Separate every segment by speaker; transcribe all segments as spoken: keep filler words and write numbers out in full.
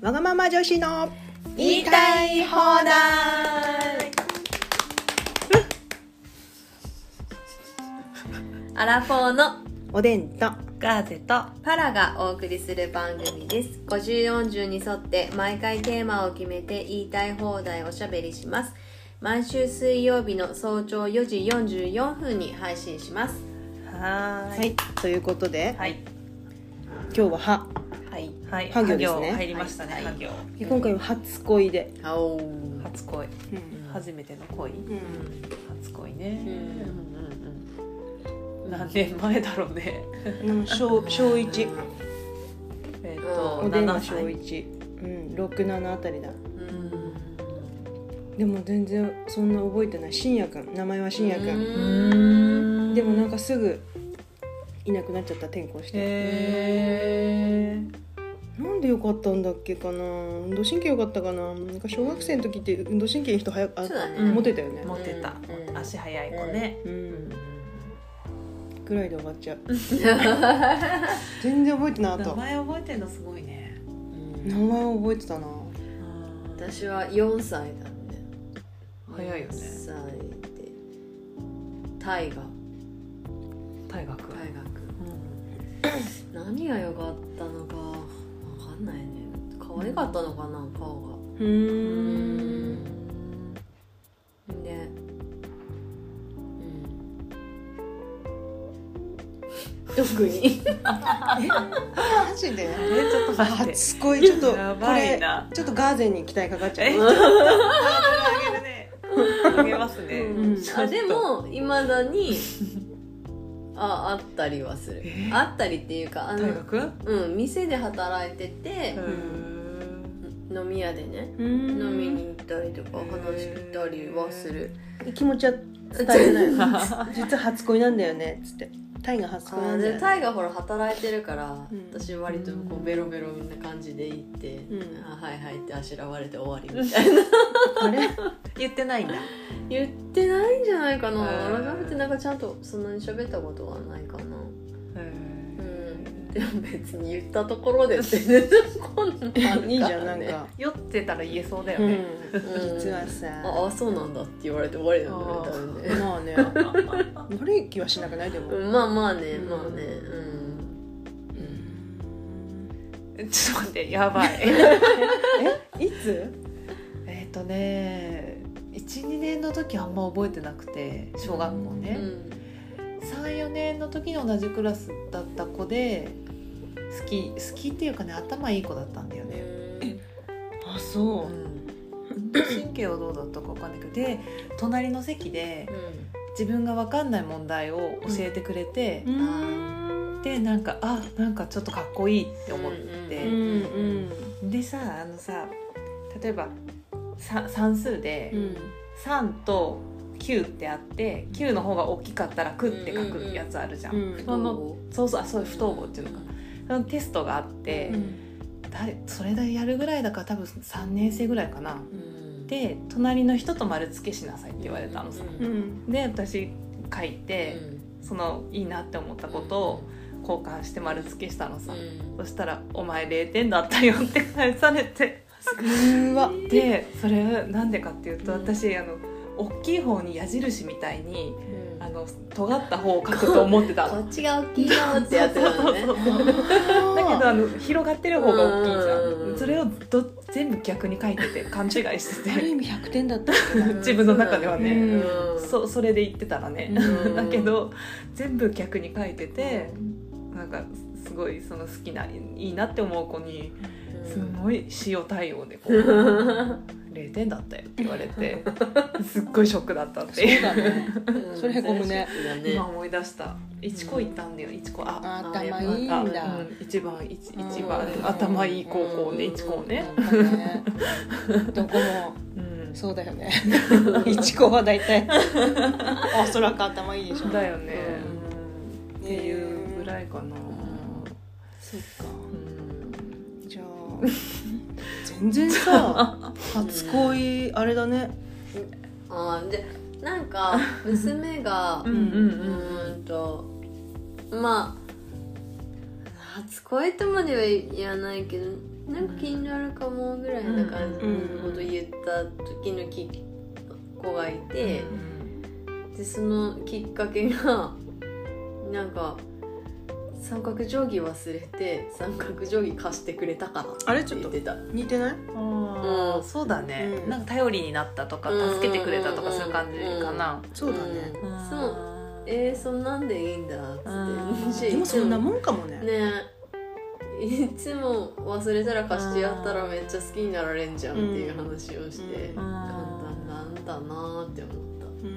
Speaker 1: わがまま女子の
Speaker 2: 言いたい放題。アラフォーの
Speaker 1: おでんと
Speaker 3: ガーゼと
Speaker 2: パラがお送りする番組です。ごじゅう、よんじゅうに沿って毎回テーマを決めて言いたい放題おしゃべりします。毎週水曜日の早朝よじよんじゅうよんぷんに配信します。
Speaker 3: はーい、
Speaker 1: はい、ということで、
Speaker 3: はい
Speaker 1: 今日はは
Speaker 3: はいはい、
Speaker 1: は行ですね。
Speaker 3: 入りましたね、
Speaker 2: はい
Speaker 3: は行。
Speaker 1: 今回は初恋で、
Speaker 2: お
Speaker 3: 初恋、
Speaker 1: うん
Speaker 3: 初めての恋、
Speaker 1: うん
Speaker 3: 初恋ね、
Speaker 2: うん
Speaker 3: うんうんうん、何年前だろうね。
Speaker 1: うん小小一、
Speaker 3: えっと
Speaker 1: おでんの
Speaker 3: ななさい。
Speaker 1: 小一、うんろく、ななあたりだ。
Speaker 2: うん
Speaker 1: でも全然そんな覚えてない。信也くん、名前は信也くん。
Speaker 3: うん
Speaker 1: でもなんかすぐいなくなっちゃった、転校して。
Speaker 3: へー。
Speaker 1: なんでよかったんだっけかな。運動神経よかったかな。なんか小学生の時って運動神経いい人早く、あ、
Speaker 2: そうだね
Speaker 1: モテたよね。
Speaker 3: モテた、
Speaker 2: うん
Speaker 3: 足早い子ね。
Speaker 1: う、
Speaker 3: うんん
Speaker 1: ぐらいで終わっちゃう。全然覚えてなかった。
Speaker 3: 名前覚えてんのすごいね。
Speaker 1: 名前覚えてたな。
Speaker 2: 私はよんさいだね。
Speaker 3: 早いよね。
Speaker 2: よんさいで大河
Speaker 3: 大学。
Speaker 2: 大学何が良かったのかわかんないね。可愛かったのかな、顔が。
Speaker 1: うーん。
Speaker 2: で、うん、特に
Speaker 1: マジで？
Speaker 3: えちょっと待って。
Speaker 1: 初恋ちょっと
Speaker 3: や
Speaker 1: これ
Speaker 3: ばいな
Speaker 1: ちょっとガーゼンに期待かかっちゃう。
Speaker 3: えちょっとハードル上げるね。上げますね。
Speaker 1: うん
Speaker 2: あでもいまだにああったりはする。
Speaker 3: え
Speaker 2: あったりっていうか、あの
Speaker 3: 大学？
Speaker 2: うん店で働いてて、
Speaker 3: うん
Speaker 2: 飲み屋でね、
Speaker 1: 飲
Speaker 2: 飲みに行ったりとか話したりはする。
Speaker 1: 気持ちは伝えないの。実は初恋なんだよねっつって。タイが初恋な
Speaker 2: あ
Speaker 1: んだよね。
Speaker 2: でタイがほら働いてるから、
Speaker 1: ん
Speaker 2: 私割とこうベロベロな感じで行って、
Speaker 1: うん
Speaker 2: あはいはいってあしらわれて終わりみたいな
Speaker 1: あれ？
Speaker 3: 言ってないんだ。
Speaker 2: 言ってないんじゃないかな。
Speaker 3: へー
Speaker 2: 改めてなんかちゃんとそんなに喋ったことはないかな。うんでも別に言ったところでってねこんなんあるからね
Speaker 1: いいじゃんなんか。
Speaker 3: 酔ってたら言えそうだよ
Speaker 1: うん
Speaker 3: ね。
Speaker 1: 実はさ。
Speaker 2: ああそうなんだって言われて終わりなんだね多分ね。
Speaker 1: まあね。悪い気はしなくないでも。
Speaker 2: うんまあまあね
Speaker 1: うん
Speaker 2: まあねうん
Speaker 3: ちょっと待ってやばい。
Speaker 1: えいつ？
Speaker 3: えっとねいち、にねんの時あんま覚えてなくて小学校
Speaker 2: う
Speaker 3: ね、
Speaker 2: ん
Speaker 3: さん、よねんの時に同じクラスだった子で好き好きっていうかね頭いい子だったんだよね。
Speaker 1: あそう。
Speaker 3: 運動神経はどうだったか分かんないけどで隣の席で自分が分かんない問題を教えてくれて、
Speaker 1: うーん。
Speaker 3: でなんかあなんかちょっとかっこいいって思っ
Speaker 1: う
Speaker 3: て、
Speaker 1: んうん
Speaker 3: でさあのさ例えばさ算数で
Speaker 1: うん
Speaker 3: さんときゅうってあってきゅうの方が大きかったらくって書くやつあるじゃん、
Speaker 1: うん
Speaker 3: そのそうそうあそういう不等号っていうのかそのテストがあって、
Speaker 1: うん
Speaker 3: 誰それでやるぐらいだから多分さんねん生ぐらいかな、
Speaker 2: うん
Speaker 3: で隣の人と丸付けしなさいって言われたのさ、
Speaker 1: うんうん
Speaker 3: で私書いて、そのいいなって思ったことを交換して丸付けしたのさ、そしたら「お前れいてんだったよ」って返されて
Speaker 1: うーわ。
Speaker 3: でそれなんでかっていうと、
Speaker 2: うん
Speaker 3: 私あの大きい方に矢印みたいに
Speaker 2: うん
Speaker 3: あの尖った方を書くと思ってた
Speaker 2: こ
Speaker 3: の
Speaker 2: っちが大きいよってやってたのね。
Speaker 3: そうそうそうだけどあの広がってる方が大きいじゃ
Speaker 2: うん
Speaker 3: ん。それをど全部逆に書いてて勘違いしてて
Speaker 1: ある意味ひゃくてんだったんだな。
Speaker 3: 自分の中ではね、
Speaker 2: うん
Speaker 3: そそれで言ってたらね、
Speaker 2: うん
Speaker 3: だけど全部逆に書いてて、なんかすごいその好きないいなって思う子にすごい塩対応でこうれいてんだったよって言われてすっごいショックだったっていう。
Speaker 1: そうだね。
Speaker 2: うん
Speaker 1: それへこむね。
Speaker 3: 今思い出したいちこ行ったんだよいちこあ
Speaker 1: あ頭いいんだ。
Speaker 3: あうん一番一一番頭いい高校ねいちこね、
Speaker 1: なんかね。どこも
Speaker 3: うん、
Speaker 1: そうだよね。いちこは大体おそらく頭いいでしょ。
Speaker 3: だよね、
Speaker 1: うん
Speaker 3: うんっていうぐらいかな、
Speaker 1: そっか。
Speaker 3: うん
Speaker 1: じゃあ全然さ初恋あれだね。
Speaker 2: あーでなんか娘が
Speaker 3: うん
Speaker 2: う
Speaker 3: うん
Speaker 2: ーんとまあ初恋とまでは言わないけどなんか気になるかもぐらいな感じのこと言った時のき子がいて、でそのきっかけがなんか三角定規忘れて三角定規貸してくれたから
Speaker 1: あれ
Speaker 2: って言ってた。
Speaker 1: 似てない？
Speaker 3: あ、うん、そうだね、うん、なんか頼りになったとか助けてくれたとかそういう感じかな、
Speaker 1: うん、そうだね、
Speaker 2: うん、そうえー、そんなんでいいんだっつって、
Speaker 1: でもそんなもんかもね。
Speaker 2: ね、いつも忘れたら貸してやったらめっちゃ好きになられんじゃんっていう話をして、うん、簡単なんだなって思った、うん、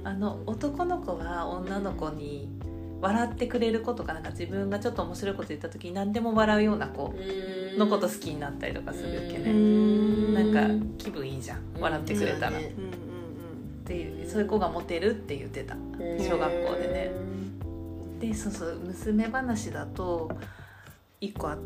Speaker 3: あの男の子は女の子に笑ってくれる子とか、なんか自分がちょっと面白いこと言った時に何でも笑うような子のこと好きになったりとかするけね、なんか気分いいじゃん笑ってくれたら、うんっていう、そういう子がモテるって言ってた小学校でね。でそうそう娘話だといっこあって、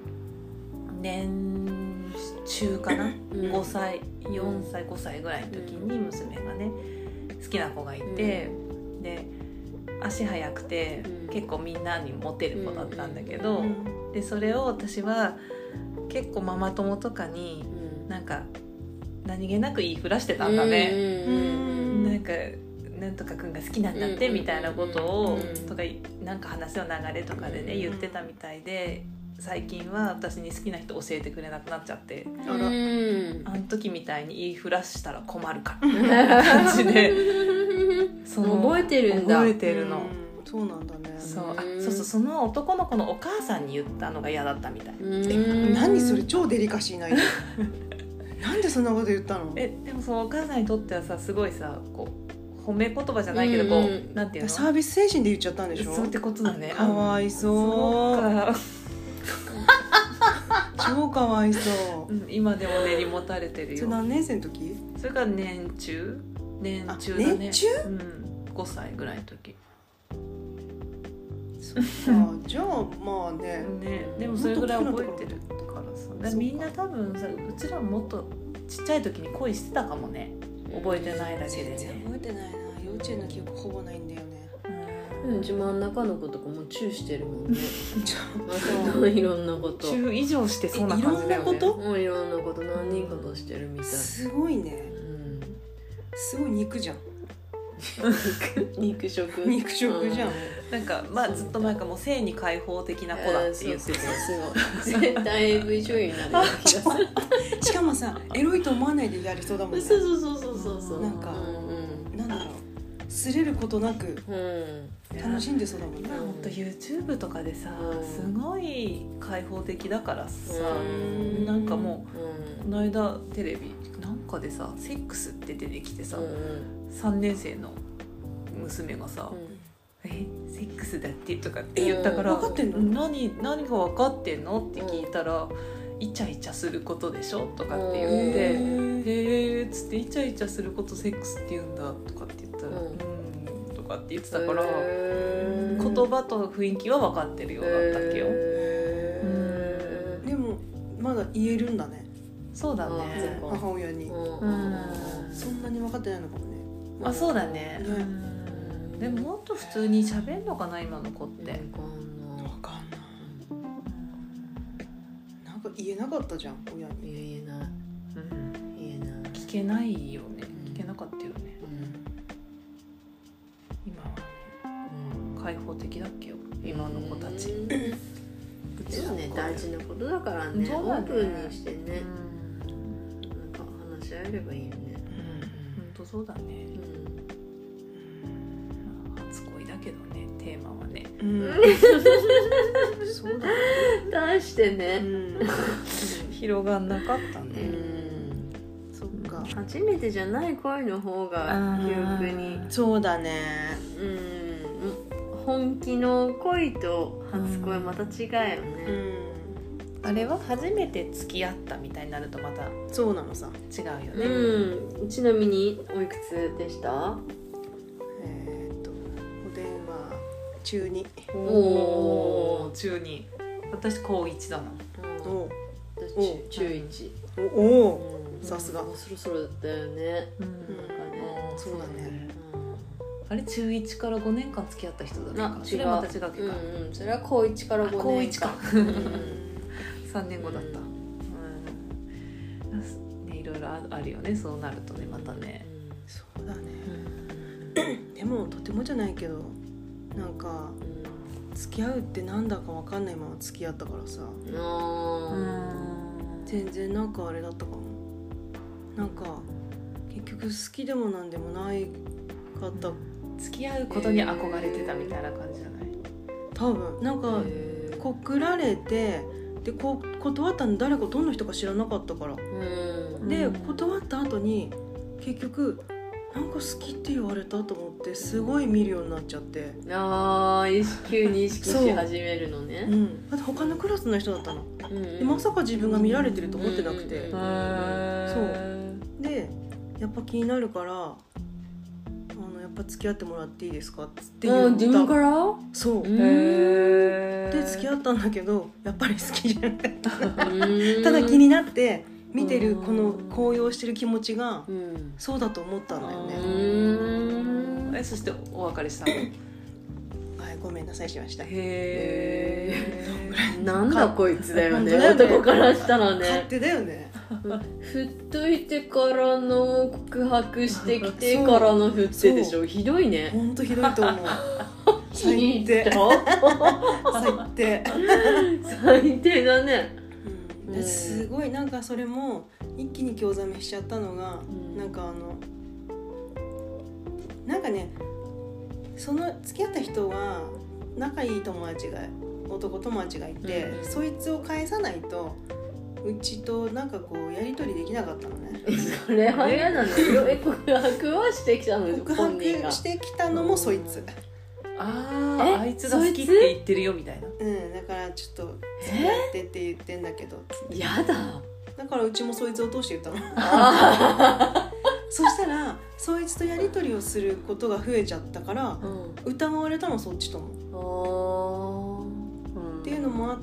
Speaker 3: 年中かな、ごさいよんさいごさいぐらいの時に娘がね好きな子がいて、で足速くて結構みんなにモテる子だったんだけど、でそれを私は結構ママ友とかになんか何気なく言いふらしてたんだね、なんかなんとかくんが好きなんだってみたいなことをとかなんか話の流れとかでね言ってたみたいで、最近は私に好きな人教えてくれなくなっちゃって、あら、あの時みたいに言いふらしたら困るかみたいな感じでその
Speaker 2: 覚えてるんだ。
Speaker 3: 覚えてるの、
Speaker 1: うん、そうなんだね。
Speaker 3: そう、あ、そうそう、その男の子のお母さんに言ったのが嫌だったみたい。
Speaker 1: え、何それ超デリカシーないなんでそんなこと言ったの？
Speaker 3: え、でもそのお母さんにとってはさ、すごいさ、こう褒め言葉じゃないけど、こう、うんうん、なんていうの？
Speaker 1: サービス精神で言っちゃったんでしょ？
Speaker 3: そうってことだね。
Speaker 1: かわいそう。そうか超かわいそう、うん、
Speaker 3: 今でも練り持たれてるよ。
Speaker 1: それ何年生の時？
Speaker 3: それから年中年中だね。
Speaker 1: 年中？
Speaker 3: うん、ごさいぐらいの時。
Speaker 1: そっかじゃあまあね
Speaker 3: ね、でもそれぐらい覚えてるからさ、みんな多分さ、うちらももっとちっちゃい時に恋してたかもね、覚えてないだけでね。
Speaker 1: 全然覚えてないな、幼稚園の記憶ほぼないんだよね。
Speaker 2: うん、うち真ん中の子とかもチューしてるもんねいろんなこと
Speaker 3: チュー以上してそうな感じだよね。
Speaker 1: いろんなこと？
Speaker 2: もういろんなこと何人かとしてるみたい。
Speaker 1: すごいね、うん、すごい肉じゃん
Speaker 2: 肉食
Speaker 1: 肉食じゃん、うん、
Speaker 3: なんかまあずっと前からもう性に開放的な子だって言ってて、
Speaker 2: すごい絶対 エーブイ 女優になるような気がする
Speaker 1: しかもさエロいと思わないでやりそうだもんね。
Speaker 2: そうそうそうそうそうそう、
Speaker 1: なんか、うんうん、なんだろう、擦れることなく楽しんでそうだもんね。
Speaker 3: ほんと YouTube とかでさ、すごい開放的だからさ、なんかもうこの間テレビなんかでさ、セックスって出てきてさ、さんねん生の娘がさ、えセックスだってとかって言ったから、
Speaker 1: 分かってんの？
Speaker 3: 何何が分かってんのって聞いたら、イチャイチャすることでしょとかって言って、へーっつって、イチャイチャすることセックスって言うんだとかって言ったら、うん、とかって言ってたから、言葉と雰囲気は分かってるようだったっけよ。
Speaker 1: でもまだ言えるんだね。
Speaker 3: そうだね、
Speaker 1: 母親に、うん、そんなに分かってないのかもね。
Speaker 3: あ、そうだね、ね、うん、でももっと普通に喋んのかな今の子って。
Speaker 1: 分かんない、なんか言えなかったじゃん親に。
Speaker 2: 言えない、うん、言えない、
Speaker 3: 聞けないよね、聞けなかったよね、うん、今はね、うん、開放的だっけよ今の子たち、うん、
Speaker 2: でもね大事なことだからね、オープンにしてね、うん、なんか話し合えればいいよね。
Speaker 3: 本当そうだね、うん、まあ、初恋だけどねテーマはね、うん、
Speaker 1: そうだね
Speaker 2: 出してね、うん、
Speaker 3: 広がんなかったね、
Speaker 1: うん、そっか、
Speaker 2: 初めてじゃない恋の方が記憶に。
Speaker 1: そうだね、
Speaker 2: うん、本気の恋と初恋また違うよね、
Speaker 3: うん、あれは初めて付き合ったみたいになるとまた
Speaker 1: そうなのさ、
Speaker 3: 違うよね、
Speaker 2: うん、ちなみにおいくつでした？
Speaker 1: えー、っとお電話中に。
Speaker 3: おー、中に。私高いちだな。
Speaker 2: お私中いち。
Speaker 1: おお、さすが。
Speaker 2: そろそろだったよね、うん、なんかね、
Speaker 1: そうだね、
Speaker 3: うん、あれ中いちからごねんかん付き合った人だったか。それまた違うけど、
Speaker 2: うんうん、それは高いちからごねんか。
Speaker 3: 高いちか、うん、 さんねんごだった、うんね、いろいろあるよね、そうなるとねまたね。
Speaker 1: そうだね、でもとてもじゃないけどなんか付き合うってなんだか分かんないまま付き合ったからさ、全然なんかあれだったかも。なんか結局好きでもなんでもないかった、うん、
Speaker 3: 付き合うことに憧れてたみたいな感じじゃない？
Speaker 1: 多分なんか告られてでこ断ったの誰かどんな人か知らなかったから、うん、で断った後に結局なんか好きって言われたと思ってすごい見るようになっちゃって、
Speaker 2: あー急に意識し始めるのね。
Speaker 1: う、うん、だって他のクラスの人だったの、うん、でまさか自分が見られてると思ってなくて、うん、そうでやっぱ気になるからあのやっぱ付き合ってもらっていいですかって言った。
Speaker 2: 自分から？
Speaker 1: そう。へで付き合ったんだけどやっぱり好きじゃなかったただ気になって見てるこの高揚してる気持ちがそうだと思ったんだよね。
Speaker 3: うんえそしてお別れしたの？
Speaker 1: はいごめんなさいしました。
Speaker 3: へ
Speaker 2: ーなんだこいつだよね男からしたらね。
Speaker 1: 勝手だよね。
Speaker 2: 振っといてからの告白してきてからの振ってでしょ。ひどいね。
Speaker 1: ほんとひどいと思う。最低最低
Speaker 2: 最低だね、
Speaker 1: うん、すごいなんかそれも一気に興ざめしちゃったのが、うん、なんかあのなんかねその付き合った人は仲いい友達が男友達がいて、うん、そいつを返さないとうちとなんかこうやり取りできなかったのね。
Speaker 2: それは嫌なのよ。告白はしてきたの？
Speaker 1: 告白してきたのもそいつ。
Speaker 3: あああいつが好きって言ってるよみたいな。
Speaker 1: うんだからちょっと付き合ってって言ってんだけど。
Speaker 2: やだ。
Speaker 1: だからうちもそいつを通して言ったの。あそしたらそいつとやり取りをすることが増えちゃったから、うん、疑われたのそっちとも。あ、うん、っていうのもあって。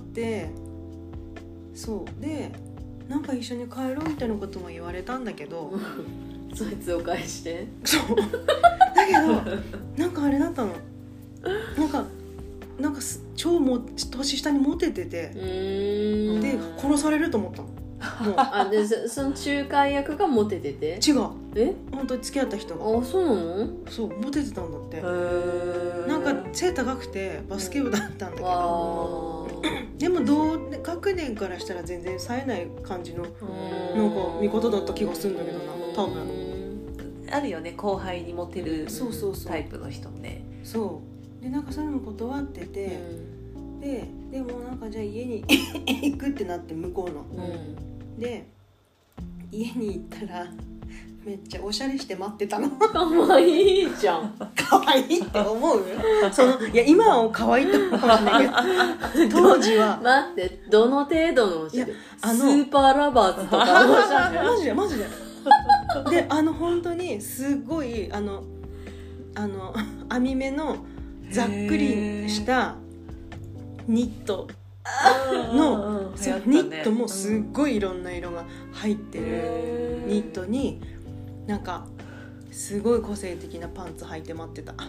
Speaker 1: そうでなんか一緒に帰ろうみたいなことも言われたんだけど
Speaker 2: そいつを返して
Speaker 1: そうだけどなんかあれだったのなんかなんか超も年下にモテててで殺されると思ったの。もう
Speaker 2: あでその仲介役がモテてて
Speaker 1: 違う
Speaker 2: え
Speaker 1: 本当に付き合った人が
Speaker 2: あそうなの
Speaker 1: そうモテてたんだってへなんか背高くてバスケ部だったんだけど、うん、でも同学年からしたら全然冴えない感じのなんか見方だった気がするんだけどな多分
Speaker 3: あるよね後輩にモテるタイプの人もね。
Speaker 1: そうでなんかそういうのも断ってて、うん、ででもなんかじゃあ家に行くってなって向こうの、うんで家に行ったらめっちゃおしゃれして待ってたの。
Speaker 2: かわいいじゃん。
Speaker 1: かわいいって思うそのいや今はかわいいって思うかもしれないけど当時は
Speaker 2: 待ってどの程度のおしゃれあのスーパーラバーズとかのおしゃれ
Speaker 1: マジでマジでであの本当にすごいあのあの網目のざっくりしたニットのそう、ね、ニットもすっごいいろんな色が入ってるニットになんかすごい個性的なパンツ履いて待ってた。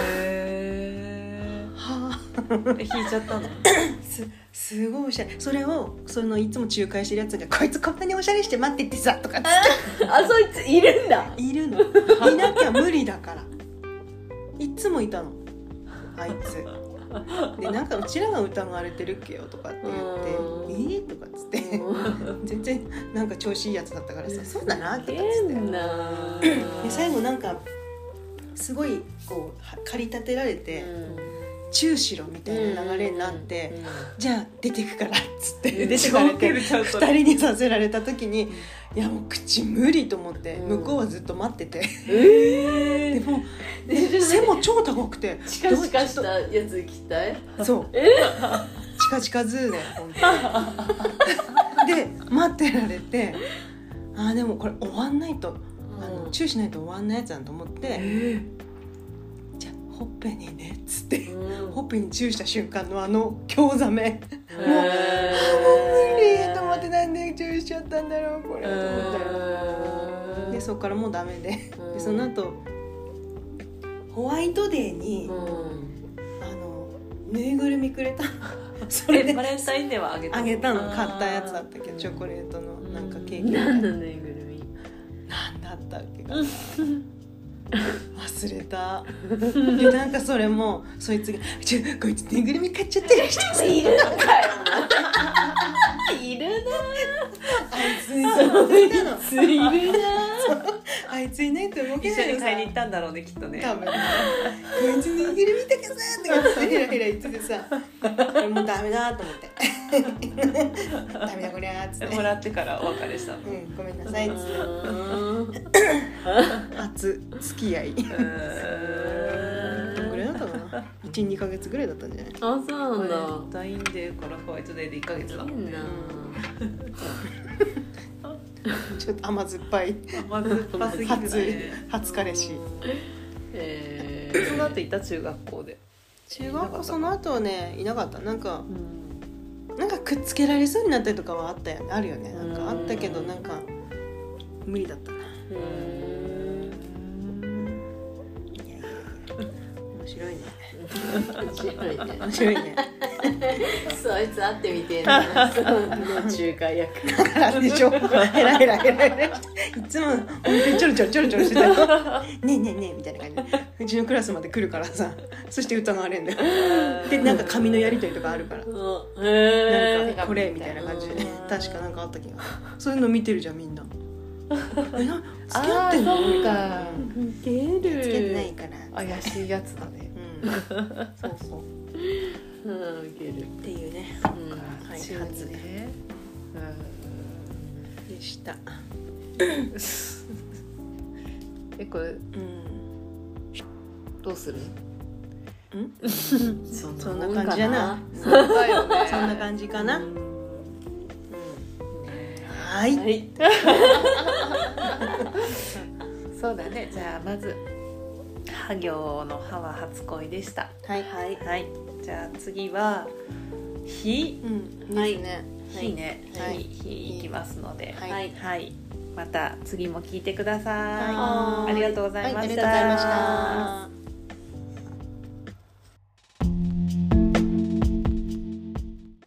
Speaker 1: へーは
Speaker 3: ぁ引いちゃったの
Speaker 1: す, すごいおしゃれ。それをそのいつも仲介してるやつがこいつこんなにおしゃれして待ってってさとかっつって
Speaker 2: あそいついるんだ
Speaker 1: いるのいなきゃ無理だからいつもいたのあいつでなんかうちらが疑われてるっけよとかって言ってえーとかっつって全然なんか調子いいやつだったからさそうだなとかっつってで最後なんかすごいこう駆り立てられて、うん、チューしろみたいな流れになって、うんうん、じゃあ出てくからっつって出てかれてふたりにさせられた時にいやもう口無理と思って向こうはずっと待ってて、えー、でもで背も超高くて
Speaker 2: チカチカしたやつ着たい
Speaker 1: そう、えー、チカチカズーね本当にで待ってられてあでもこれ終わんないとあのチューしないと終わんないやつだと思って、えー、じゃあほっぺにねっつって、うん、ほっぺにチューした瞬間のあの興ざめ、えー、もう、もう無理と思ってなんでチューしちゃったんだろうこれと思って、えー、でそっからもうダメ で, でその後ホワイトデーに、うん、あのぬいぐるみくれたそれで
Speaker 3: バレンタインデーはあげたの
Speaker 1: あげたの
Speaker 3: あー
Speaker 1: 買ったやつだったけどチョコレートのなんかケーキみたい
Speaker 2: 何
Speaker 1: な
Speaker 2: のぬいぐるみ？
Speaker 1: なんだったっけかな忘れたでなんかそれもそいつが「ちょこいつぬいぐるみ買っちゃってる人
Speaker 2: いるのかよいるな
Speaker 1: あいつにそういたの
Speaker 2: ついるな
Speaker 1: あいついないと動け
Speaker 3: 一緒に
Speaker 1: ないのさ
Speaker 3: 買いに行ったんだろうねきっとね
Speaker 1: 多分こいつぬいぐるみだけさとかってヘラヘラ言っててさもうダメだと思ってダメだこりゃーっつって
Speaker 3: もらってからお別れしたの
Speaker 1: うんごめんなさいっつって
Speaker 2: う
Speaker 1: 初付き合いどんぐらいだったかな いち,に ヶ月ぐらいだったんじゃない
Speaker 2: あ、そうなんだ。
Speaker 3: バレンタインデーからホワイトデーでいっかげつだもんね
Speaker 2: いいな。
Speaker 1: ちょっと甘酸っぱい
Speaker 3: まずっぱすぎる
Speaker 1: 初
Speaker 3: ね
Speaker 1: 初彼氏
Speaker 2: え
Speaker 3: その後いた中学校で
Speaker 1: 中学校その後はねいなかったなんか
Speaker 2: ー、
Speaker 1: なんかくっつけられそうになったりとかはあったよねあるよねなんかあったけど
Speaker 2: うん
Speaker 1: なんか無理だったな
Speaker 2: うん
Speaker 1: いやいやいや面白いね
Speaker 2: 面白いね。
Speaker 1: 面白いね
Speaker 2: そいつ会ってみてえな。その仲介役。
Speaker 1: だからでしょヘラヘラヘラヘラいつも本当にちょろちょろちょろちょろしてたよねえねえねえみたいな感じでうちのクラスまで来るからさそして歌があれんだよでなんか紙のやり取りとかあるから
Speaker 2: うん
Speaker 1: なん
Speaker 2: へ
Speaker 1: かこれみたいな感じで
Speaker 2: うん
Speaker 1: 確かなんかあった気がそういうの見てるじゃんみんなえな付き合ってんの
Speaker 3: あーそっか
Speaker 1: みたいな
Speaker 2: ー。ウケる。
Speaker 1: 付き合ってないから
Speaker 3: 怪しいやつだね
Speaker 1: うんそうそう
Speaker 2: うん、ウケる。
Speaker 1: っていうね
Speaker 2: うん
Speaker 1: はい
Speaker 3: 中
Speaker 1: 初
Speaker 3: ね
Speaker 1: でした
Speaker 3: うんえこれ
Speaker 1: うん
Speaker 3: どうする
Speaker 1: うん
Speaker 2: そん
Speaker 1: そんな感じだな
Speaker 3: そうだよね
Speaker 1: そんな感じかな、
Speaker 2: う
Speaker 1: うんん、はい
Speaker 2: はい。
Speaker 3: そうだねじゃあまずは行のはは初恋でした
Speaker 1: はい
Speaker 2: はい。
Speaker 3: はいじゃあ次はひ
Speaker 1: うん
Speaker 2: はい
Speaker 1: ですね
Speaker 3: ひね
Speaker 1: はい
Speaker 3: ひひいきますので
Speaker 1: はい
Speaker 2: はい。
Speaker 3: はいまた次も聞いてください
Speaker 1: は
Speaker 3: ありがとうございました
Speaker 1: はいありがとうございました